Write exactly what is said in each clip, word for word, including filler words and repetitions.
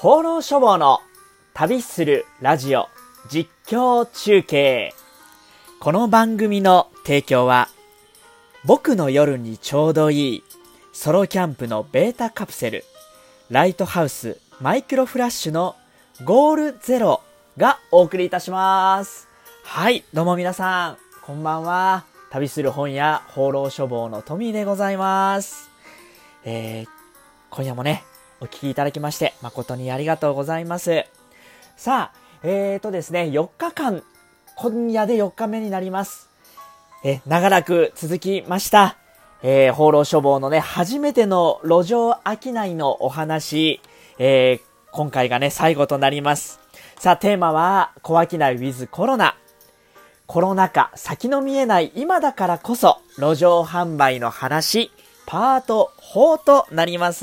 放浪書房の旅するラジオ実況中継。この番組の提供は、僕の夜にちょうどいいソロキャンプのベータカプセル、ライトハウスマイクロフラッシュのゴールゼロがお送りいたします。はい、どうも皆さん、こんばんは。旅する本屋放浪書房のトミーでございます。えー、今夜もね、お聞きいただきまして誠にありがとうございます。さあ、えーとですね、よっかかん、今夜でよっかめになります。え、長らく続きました。えー、放浪書房のね、初めての路上商いのお話、えー、今回がね、最後となります。さあ、テーマは、小商い with コロナ。コロナ禍、先の見えない今だからこそ、路上販売の話、パートよんとなります。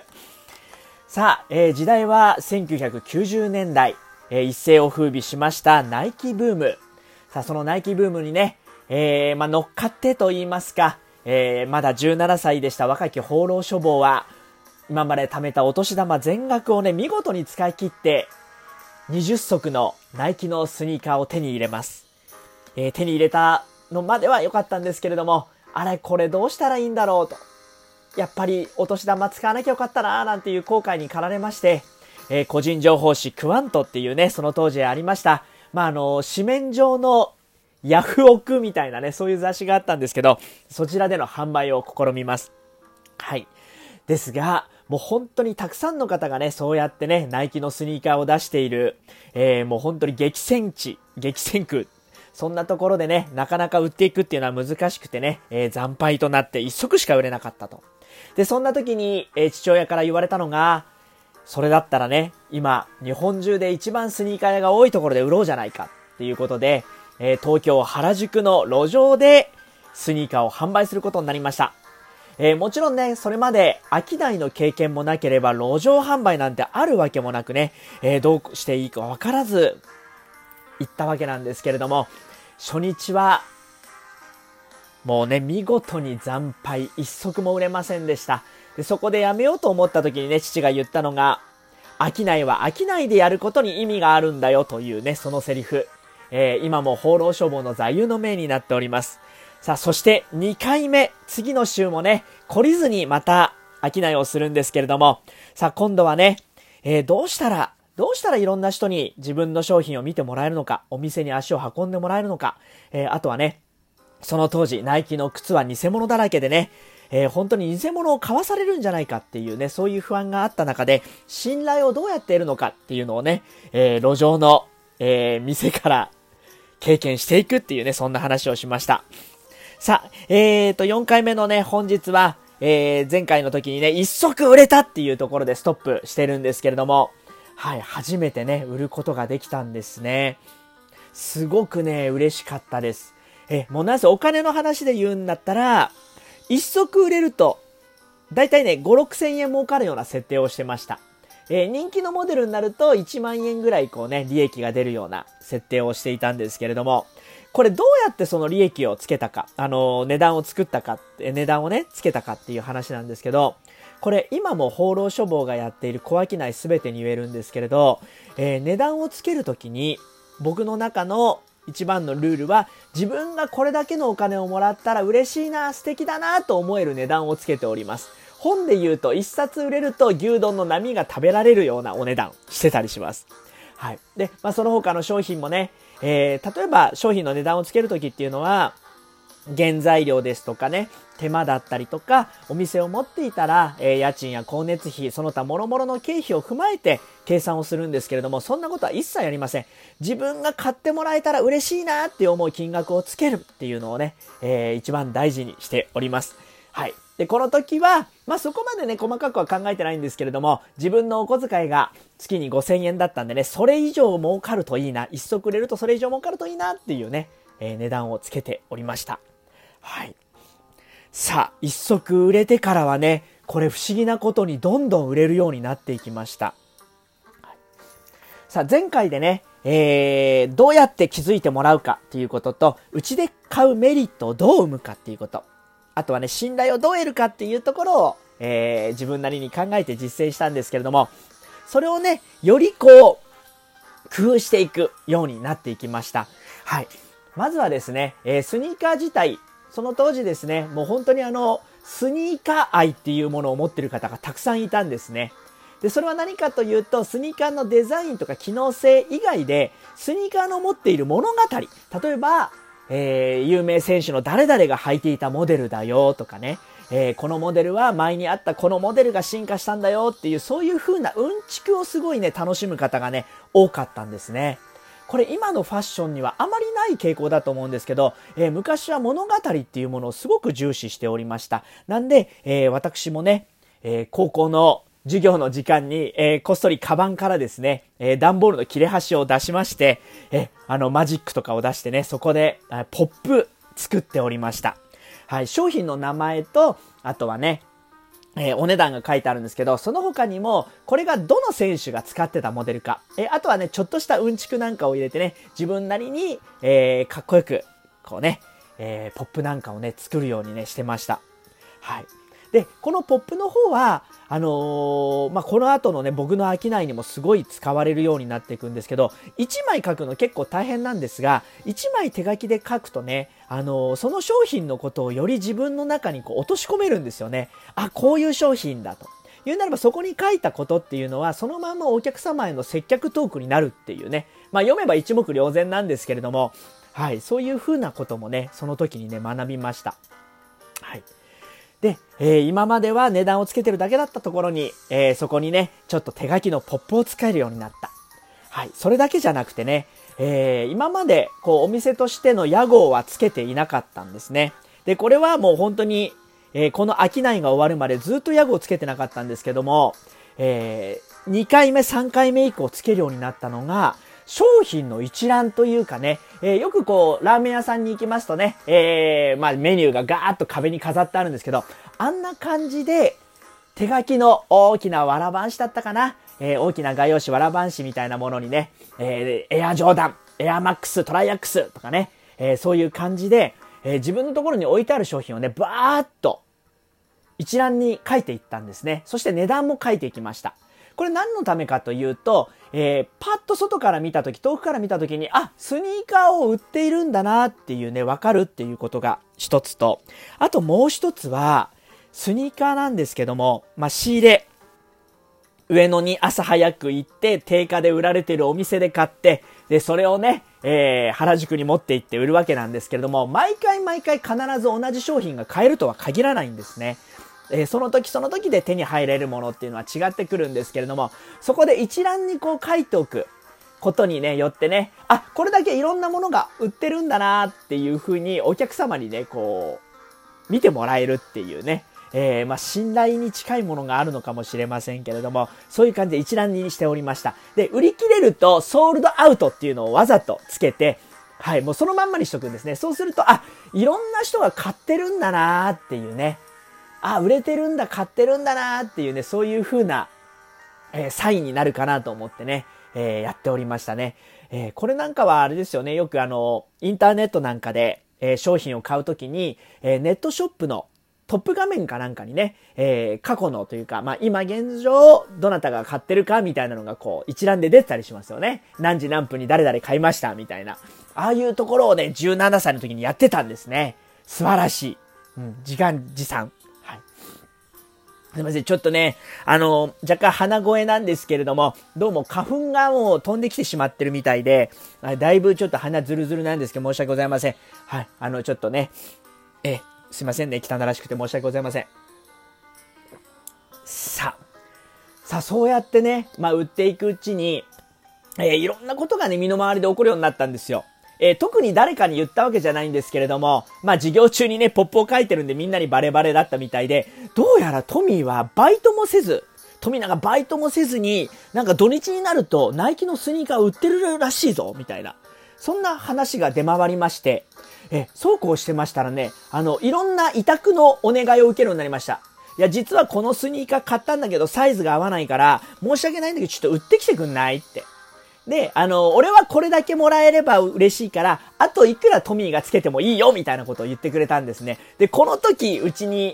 さあ、えー、時代はせんきゅうひゃくきゅうじゅうねんだい、えー、一世を風靡しましたナイキブーム。さあ、そのナイキブームにね、えー、まあ、乗っかってと言いますか、えー、まだじゅうななさいでした若き放浪書房は、今まで貯めたお年玉全額をね、見事に使い切って、にじゅっそくのナイキのスニーカーを手に入れます。えー、手に入れたのまでは良かったんですけれども、あれこれどうしたらいいんだろうと。やっぱりお年玉使わなきゃよかったなーなんていう後悔に駆られまして、えー、個人情報誌クワントっていうね、その当時ありました。まあ、あの、紙面上のヤフオクみたいなね、そういう雑誌があったんですけど、そちらでの販売を試みます。はい。ですが、もう本当にたくさんの方がね、そうやってね、ナイキのスニーカーを出している、えー、もう本当に激戦地、激戦区、そんなところでね、なかなか売っていくっていうのは難しくてね、えー、惨敗となって一足しか売れなかったと。で、そんな時に、えー、父親から言われたのが、それだったらね、今、日本中で一番スニーカー屋が多いところで売ろうじゃないかっていうことで、えー、東京原宿の路上でスニーカーを販売することになりました。えー、もちろんね、それまで商いの経験もなければ路上販売なんてあるわけもなくね、えー、どうしていいかわからず行ったわけなんですけれども、初日はもうね、見事に惨敗、一足も売れませんでした。で、そこでやめようと思った時にね、父が言ったのが、商いは商いでやることに意味があるんだよというね、そのセリフ。えー、今も放浪書房の座右の銘になっております。さあ、そしてにかいめ、次の週もね、懲りずにまた商いをするんですけれども、さあ、今度はね、えー、どうしたら、どうしたらいろんな人に自分の商品を見てもらえるのか、お店に足を運んでもらえるのか、えー、あとはね、その当時、ナイキの靴は偽物だらけでね、えー、本当に偽物を買わされるんじゃないかっていうね、そういう不安があった中で、信頼をどうやって得るのかっていうのをね、えー、路上の、えー、店から経験していくっていうね、そんな話をしました。さあ、えーと、よんかいめのね、本日は、えー、前回の時にね、一足売れたっていうところでストップしてるんですけれども、はい、初めてね、売ることができたんですね。すごくね、嬉しかったです。え、もうなぜお金の話で言うんだったら、一足売れると、だいたいね、ご、ろくせんえん儲かるような設定をしてました。えー、人気のモデルになるといちまんえんぐらいこうね、利益が出るような設定をしていたんですけれども、これどうやってその利益をつけたか、あのー、値段を作ったか、値段をね、つけたかっていう話なんですけど、これ今も放浪書房がやっている小商いすべてに言えるんですけれど、えー、値段をつけるときに、僕の中の一番のルールは、自分がこれだけのお金をもらったら嬉しいな、素敵だなと思える値段をつけております。本で言うと一冊売れると牛丼の並が食べられるようなお値段してたりします。はい。で、まあその他の商品もね、えー、例えば商品の値段をつけるときっていうのは、原材料ですとかね、手間だったりとか、お店を持っていたら、えー、家賃や光熱費、その他諸々の経費を踏まえて計算をするんですけれども、そんなことは一切ありません。自分が買ってもらえたら嬉しいなって思う金額をつけるっていうのをね、えー、一番大事にしております。はい。で、この時は、まあ、そこまでね、細かくは考えてないんですけれども、自分のお小遣いが月にごせんえんだったんでね、それ以上儲かるといいな、一足売れるとそれ以上儲かるといいなっていうね、えー、値段をつけておりました。はい。さあ、一足売れてからはね、これ不思議なことにどんどん売れるようになっていきました。はい、さあ、前回でね、えー、どうやって気づいてもらうかっていうことと、うちで買うメリットをどう生むかっていうこと。あとはね、信頼をどう得るかっていうところを、えー、自分なりに考えて実践したんですけれども、 それをね、よりこう、工夫していくようになっていきました。はい。まずはですね、えー、スニーカー自体、その当時ですね、もう本当にあの、スニーカー愛っていうものを持っている方がたくさんいたんですね。で、それは何かというと、スニーカーのデザインとか機能性以外で、スニーカーの持っている物語、例えば、えー、有名選手の誰々が履いていたモデルだよとかね、えー、このモデルは前にあったこのモデルが進化したんだよっていう、そういう風なうんちくをすごいね、楽しむ方がね、多かったんですね。これ今のファッションにはあまりない傾向だと思うんですけど、えー、昔は物語っていうものをすごく重視しておりました。なんで、えー、私もね、えー、高校の授業の時間に、えー、こっそりカバンからですね、えー、段ボールの切れ端を出しまして、えー、あのマジックとかを出してね、そこで、えー、ポップ作っておりました。はい、商品の名前と、あとはね、えー、お値段が書いてあるんですけど、その他にも、これがどの選手が使ってたモデルか、えー、あとはね、ちょっとしたうんちくなんかを入れてね、自分なりに、えー、かっこよく、こうね、えー、ポップなんかをね、作るようにね、してました。はい。で、このポップの方は、あのー、まあ、この後のね、僕の商いにもすごい使われるようになっていくんですけど、いちまい書くの結構大変なんですが、いちまい手書きで書くとね、あのー、その商品のことをより自分の中にこう落とし込めるんですよね。あ、こういう商品だと。言うなればそこに書いたことっていうのは、そのままお客様への接客トークになるっていうね。まあ、読めば一目瞭然なんですけれども、はい、そういう風なこともね、その時にね、学びました。はい。で、えー、今までは値段をつけてるだけだったところに、えー、そこにね、ちょっと手書きのポップを使えるようになった。はい。それだけじゃなくてね、えー、今まで、こう、お店としての屋号はつけていなかったんですね。で、これはもう本当に、えー、この商いが終わるまでずっと屋号をつけてなかったんですけども、えー、にかいめ、さんかいめ以降つけるようになったのが、商品の一覧というかね、えー、よくこう、ラーメン屋さんに行きますとね、えー、まあメニューがガーッと壁に飾ってあるんですけど、あんな感じで、手書きの大きなわらばんしだったかな、えー、大きな画用紙わらばんしみたいなものにね、えー、エアジョーダン、エアマックス、トライアックスとかね、えー、そういう感じで、えー、自分のところに置いてある商品をね、バーッと一覧に書いていったんですね。そして値段も書いていきました。これ何のためかというと、えー、パッと外から見たとき、遠くから見たときに、あ、スニーカーを売っているんだなっていうね、わかるっていうことが一つと、あともう一つは、スニーカーなんですけども、まあ、仕入れ、上野に朝早く行って、定価で売られているお店で買って、で、それをね、えー、原宿に持って行って売るわけなんですけれども、毎回毎回必ず同じ商品が買えるとは限らないんですね。えー、その時その時で手に入れるものっていうのは違ってくるんですけれども、そこで一覧にこう書いておくことにね、よってね、あ、これだけいろんなものが売ってるんだなっていう風にお客様にね、こう、見てもらえるっていうね、えー、まあ、信頼に近いものがあるのかもしれませんけれども、そういう感じで一覧にしておりました。で、売り切れるとソールドアウトっていうのをわざとつけて、はい、もうそのまんまにしとくんですね。そうすると、あ、いろんな人が買ってるんだなーっていうね、あ、売れてるんだ、買ってるんだなーっていうね、そういう風な、えー、サインになるかなと思ってね、えー、やっておりましたね。えー、これなんかはあれですよね、よくあの、インターネットなんかで、えー、商品を買うときに、えー、ネットショップのトップ画面かなんかにね、えー、過去のというか、まあ、今現状、どなたが買ってるかみたいなのがこう、一覧で出てたりしますよね。何時何分に誰々買いましたみたいな。ああいうところをね、じゅうななさいの時にやってたんですね。素晴らしい。うん、時間持参。はい。すいません。ちょっとね、あの、若干鼻声なんですけれども、どうも花粉がもう飛んできてしまってるみたいで、だいぶちょっと鼻ズルズルなんですけど、申し訳ございません。はい。あの、ちょっとね、え、すいませんね。汚らしくて申し訳ございません。さあ、さあ、そうやってね、まあ、売っていくうちに、えー、いろんなことがね、身の回りで起こるようになったんですよ。えー、特に誰かに言ったわけじゃないんですけれども、まあ、授業中にね、ポップを書いてるんでみんなにバレバレだったみたいで、どうやらトミーはバイトもせず、トミーなんかバイトもせずに、なんか土日になるとナイキのスニーカーを売ってるらしいぞ、みたいな。そんな話が出回りまして、え、そうこうしてましたらね、あの、いろんな委託のお願いを受けるようになりました。いや、実はこのスニーカー買ったんだけど、サイズが合わないから、申し訳ないんだけど、ちょっと売ってきてくんないって。で、あの、俺はこれだけもらえれば嬉しいから、あといくらトミーがつけてもいいよ、みたいなことを言ってくれたんですね。で、この時、うちに、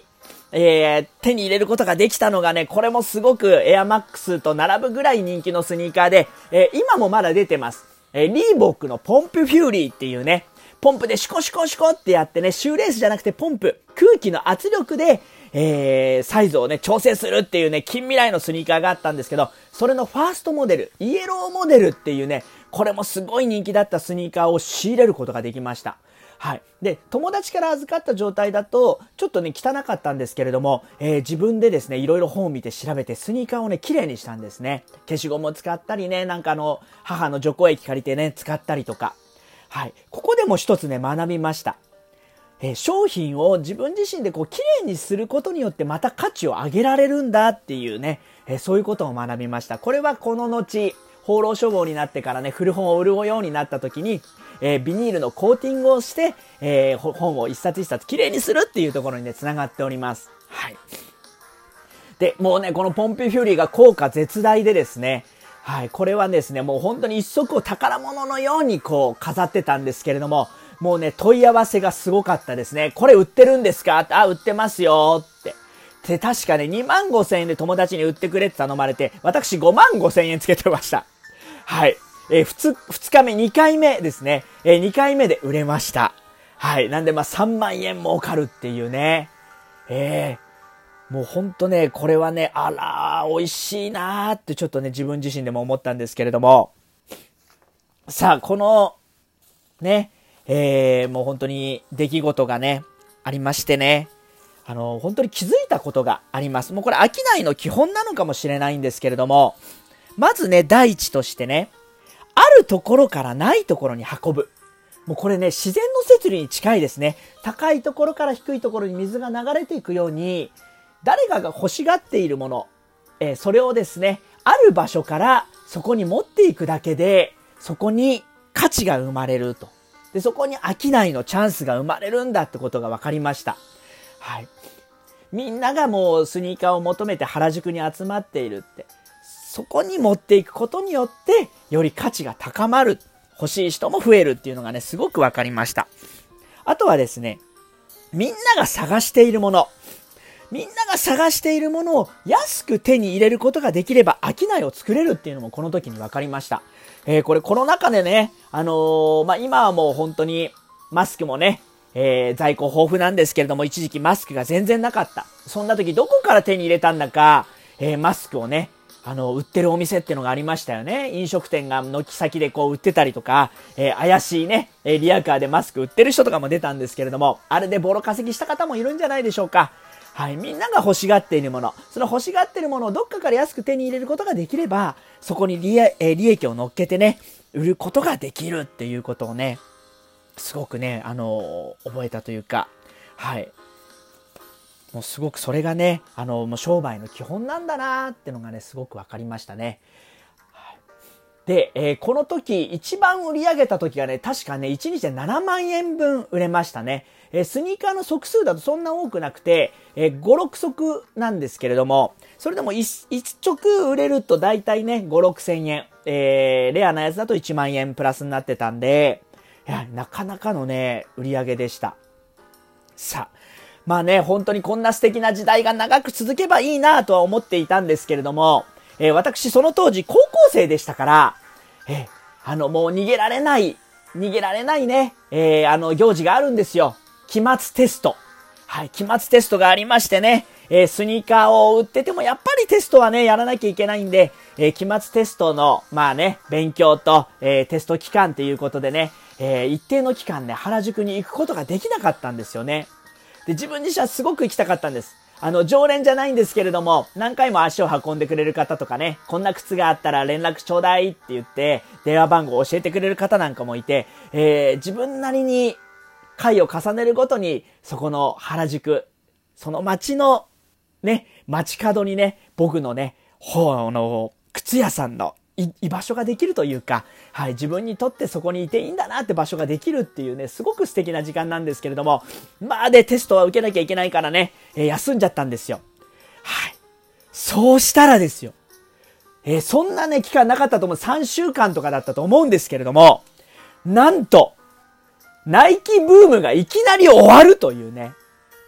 えー、手に入れることができたのがね、これもすごくエアマックスと並ぶぐらい人気のスニーカーで、えー、今もまだ出てます。えー、リーボックのポンプフューリーっていうね、ポンプでシュコシュコシュコってやってね、シューレースじゃなくてポンプ、空気の圧力で、えー、サイズをね、調整するっていうね、近未来のスニーカーがあったんですけど、それのファーストモデル、イエローモデルっていうね、これもすごい人気だったスニーカーを仕入れることができました。はい。で、友達から預かった状態だと、ちょっとね、汚かったんですけれども、えー、自分でですね、いろいろ本を見て調べて、スニーカーをね、綺麗にしたんですね。消しゴムを使ったりね、なんかあの、母の除光液借りてね、使ったりとか。はい。ここでも一つね、学びました。えー、商品を自分自身でこう、綺麗にすることによってまた価値を上げられるんだっていうね、えー、そういうことを学びました。これはこの後、放浪処方になってからね、古本を売るようになった時に、えー、ビニールのコーティングをして、えー、本を一冊一冊きれいにするっていうところにね、繋がっております。はい。で、もうね、このポンピュフューリーが効果絶大でですね、はい、これはですね、もう本当に一足を宝物のようにこう飾ってたんですけれども、もうね、問い合わせがすごかったですね。これ売ってるんですか？あ、売ってますよって。で、確かね、にまんごせんえんで友達に売ってくれって頼まれて、私ごまんごせんえんつけてました。はい。えー、ふつ、二日目、にかいめですね。えー、にかいめで売れました。はい。なんでまあさんまんえん儲かるっていうね。えー、もうほんとね、これはね、あらー、美味しいなーってちょっとね、自分自身でも思ったんですけれども。さあ、この、ね、えー、もう本当に出来事がね、ありましてね。あの、本当に気づいたことがあります。もうこれ商いの基本なのかもしれないんですけれども、まずね、第一としてね、あるところからないところに運ぶ。もうこれね、自然の摂理に近いですね。高いところから低いところに水が流れていくように、誰かが欲しがっているもの、えー、それをですね、ある場所からそこに持っていくだけで、そこに価値が生まれると。で、そこに商いのチャンスが生まれるんだってことが分かりました。はい。みんながもうスニーカーを求めて原宿に集まっているって。そこに持っていくことによって、より価値が高まる。欲しい人も増えるっていうのがね、すごくわかりました。あとはですね、みんなが探しているもの。みんなが探しているものを安く手に入れることができれば商いを作れるっていうのもこの時にわかりました。えー、これコロナ禍でね、あのー、まあ、今はもう本当にマスクもね、えー、在庫豊富なんですけれども、一時期マスクが全然なかった。そんな時どこから手に入れたんだか、えー、マスクをね、あの、売ってるお店っていうのがありましたよね。飲食店が軒先でこう売ってたりとか、えー、怪しいね、えー、リアカーでマスク売ってる人とかも出たんですけれども、あれでボロ稼ぎした方もいるんじゃないでしょうか。はい、みんなが欲しがっているもの、その欲しがっているものをどっかから安く手に入れることができれば、そこに利、えー、利益を乗っけてね、売ることができるっていうことをね、すごくね、あのー、覚えたというか、はい。もうすごくそれがね、あの、もう商売の基本なんだなーってのがね、すごくわかりましたね。はい、で、えー、この時、一番売り上げた時がね、確かね、いちにちでななまんえんぶん売れましたね。えー、スニーカーの足数だとそんな多くなくて、えー、ご、ろくそくなんですけれども、それでも一着売れると大体ね、ご、ろくせんえん。えー、レアなやつだといちまんえんプラスになってたんで、いや、なかなかのね、売り上げでした。さあ、まあね、本当にこんな素敵な時代が長く続けばいいなとは思っていたんですけれども、えー、私その当時高校生でしたから、えー、あのもう逃げられない、逃げられないね、えー、あの行事があるんですよ。期末テスト。はい、期末テストがありましてね、えー、スニーカーを売っててもやっぱりテストはね、やらなきゃいけないんで、えー、期末テストの、まあね、勉強と、えー、テスト期間ということでね、えー、一定の期間ね、原宿に行くことができなかったんですよね。で、自分自身はすごく行きたかったんです。あの、常連じゃないんですけれども、何回も足を運んでくれる方とかね、こんな靴があったら連絡ちょうだいって言って、電話番号を教えてくれる方なんかもいて、えー、自分なりに回を重ねるごとに、そこの原宿、その街のね、街角にね、僕のね、ほの、靴屋さんの居場所ができるというか、はい、自分にとってそこにいていいんだなって場所ができるっていうね、すごく素敵な時間なんですけれども、まあでテストは受けなきゃいけないからね、えー、休んじゃったんですよ。はい。そうしたらですよ。えー、そんなね、期間なかったと思う。さんしゅうかんとかだったと思うんですけれども、なんと、ナイキブームがいきなり終わるというね。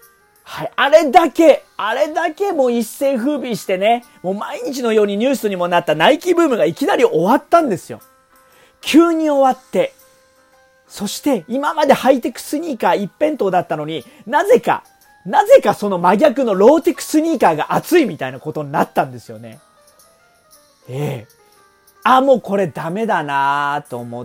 はい。あれだけ、あれだけもう一世風靡してね、もう毎日のようにニュースにもなったナイキブームがいきなり終わったんですよ。急に終わって。そして今までハイテクスニーカー一辺倒だったのに、なぜか、なぜかその真逆のローテクスニーカーが熱いみたいなことになったんですよね。ええ。あ、もうこれダメだなと思って、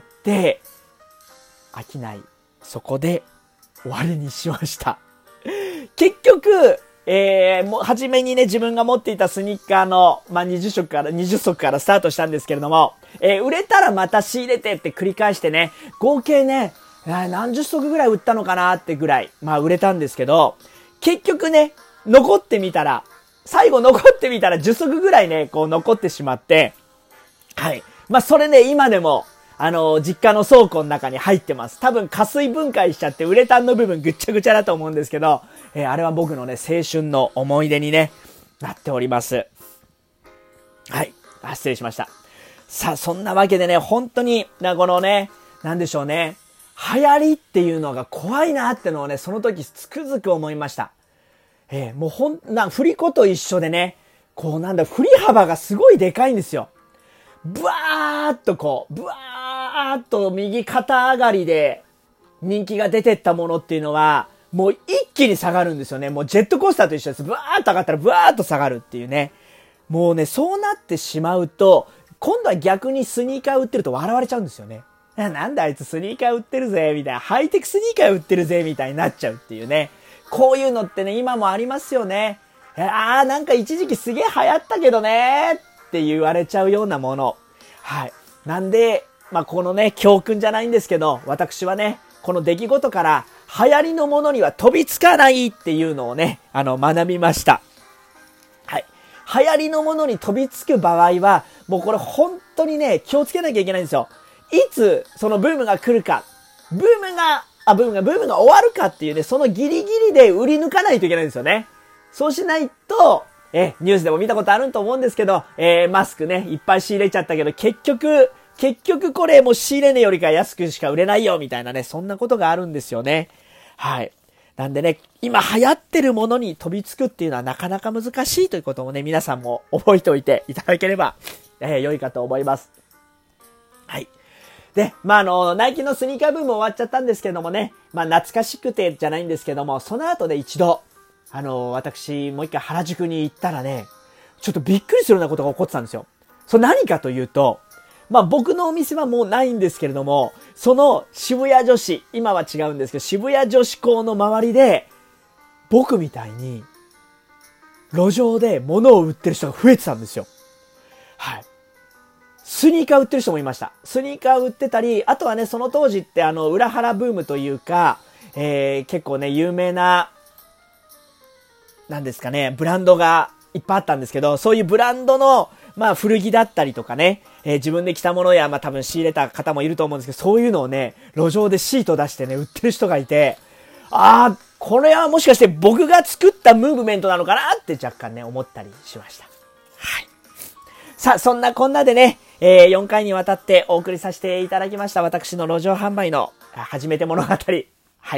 飽きない。そこで終わりにしました。結局、えー、もう、初めにね、自分が持っていたスニーカーの、まあ、にじゅっしょくから、にじゅっそくからスタートしたんですけれども、えー、売れたらまた仕入れてって繰り返してね、合計ね、何十足ぐらい売ったのかなってぐらい、まあ、売れたんですけど、結局ね、残ってみたら、最後残ってみたらじゅっそくぐらいね、こう残ってしまって、はい。まあ、それね、今でも、あの、実家の倉庫の中に入ってます。多分、加水分解しちゃって、ウレタンの部分ぐっちゃぐちゃだと思うんですけど、えー、あれは僕のね、青春の思い出にね、なっております。はい。あ、失礼しました。さあ、そんなわけでね、本当に、な、このね、なんでしょうね、流行りっていうのが怖いなってのをね、その時つくづく思いました。えー、もうほん、な、振り子と一緒でね、こうなんだ、振り幅がすごいでかいんですよ。ブワーっとこう、ブワーっと右肩上がりで人気が出てったものっていうのは、もう一気に下がるんですよね。もうジェットコースターと一緒です。ブワーっと上がったらブワーっと下がるっていうね。もうね、そうなってしまうと、今度は逆にスニーカー売ってると笑われちゃうんですよね。なんだあいつスニーカー売ってるぜ、みたいな。ハイテクスニーカー売ってるぜ、みたいになっちゃうっていうね。こういうのってね、今もありますよね。あー、なんか一時期すげえ流行ったけどねって言われちゃうようなもの。はい。なんで、まあ、このね、教訓じゃないんですけど、私はね、この出来事から流行りのものには飛びつかないっていうのをね、あの、学びました。はい。流行りのものに飛びつく場合は、もうこれ本当にね、気をつけなきゃいけないんですよ。いつそのブームが来るか、ブームが、あ、ブームが、ブームが終わるかっていうね、そのギリギリで売り抜かないといけないんですよね。そうしないと、え、ニュースでも見たことあると思うんですけど、えー、マスクね、いっぱい仕入れちゃったけど、結局、結局これもう仕入れ値よりか安くしか売れないよ、みたいなね、そんなことがあるんですよね。はい。なんでね、今流行ってるものに飛びつくっていうのはなかなか難しいということもね、皆さんも覚えておいていただければ、えー、良いかと思います。はい。で、まあ、あの、ナイキのスニーカーブーム終わっちゃったんですけどもね、まあ、懐かしくてじゃないんですけども、その後で一度、あの、私、もう一回原宿に行ったらね、ちょっとびっくりするようなことが起こってたんですよ。それ何かというと、まあ僕のお店はもうないんですけれども、その渋谷女子、今は違うんですけど、渋谷女子校の周りで、僕みたいに、路上で物を売ってる人が増えてたんですよ。はい。スニーカー売ってる人もいました。スニーカー売ってたり、あとはね、その当時ってあの、裏腹ブームというか、えー、結構ね、有名な、なんですかね、ブランドがいっぱいあったんですけど、そういうブランドの、まあ古着だったりとかね、えー、自分で着たものや、まあ多分仕入れた方もいると思うんですけど、そういうのをね、路上でシート出してね、売ってる人がいて、あー、これはもしかして僕が作ったムーブメントなのかなって若干ね、思ったりしました。はい。さあ、そんなこんなでね、えー、よんかいにわたってお送りさせていただきました私の路上販売の初めて物語。はい、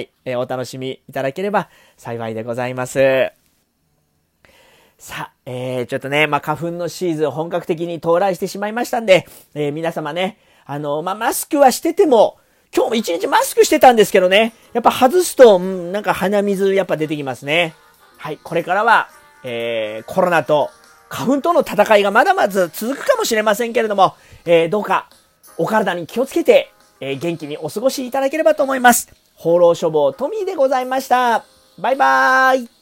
えー、お楽しみいただければ幸いでございます。さあ、えー、ちょっとね、まあ、花粉のシーズン本格的に到来してしまいましたんで、えー、皆様ね、あの、まあ、マスクはしてても、今日も一日マスクしてたんですけどね、やっぱ外すと、うん、なんか鼻水やっぱ出てきますね。はい、これからは、えー、コロナと花粉との戦いがまだまだ続くかもしれませんけれども、えー、どうかお体に気をつけて、えー、元気にお過ごしいただければと思います。放浪処方トミーでございました。バイバーイ。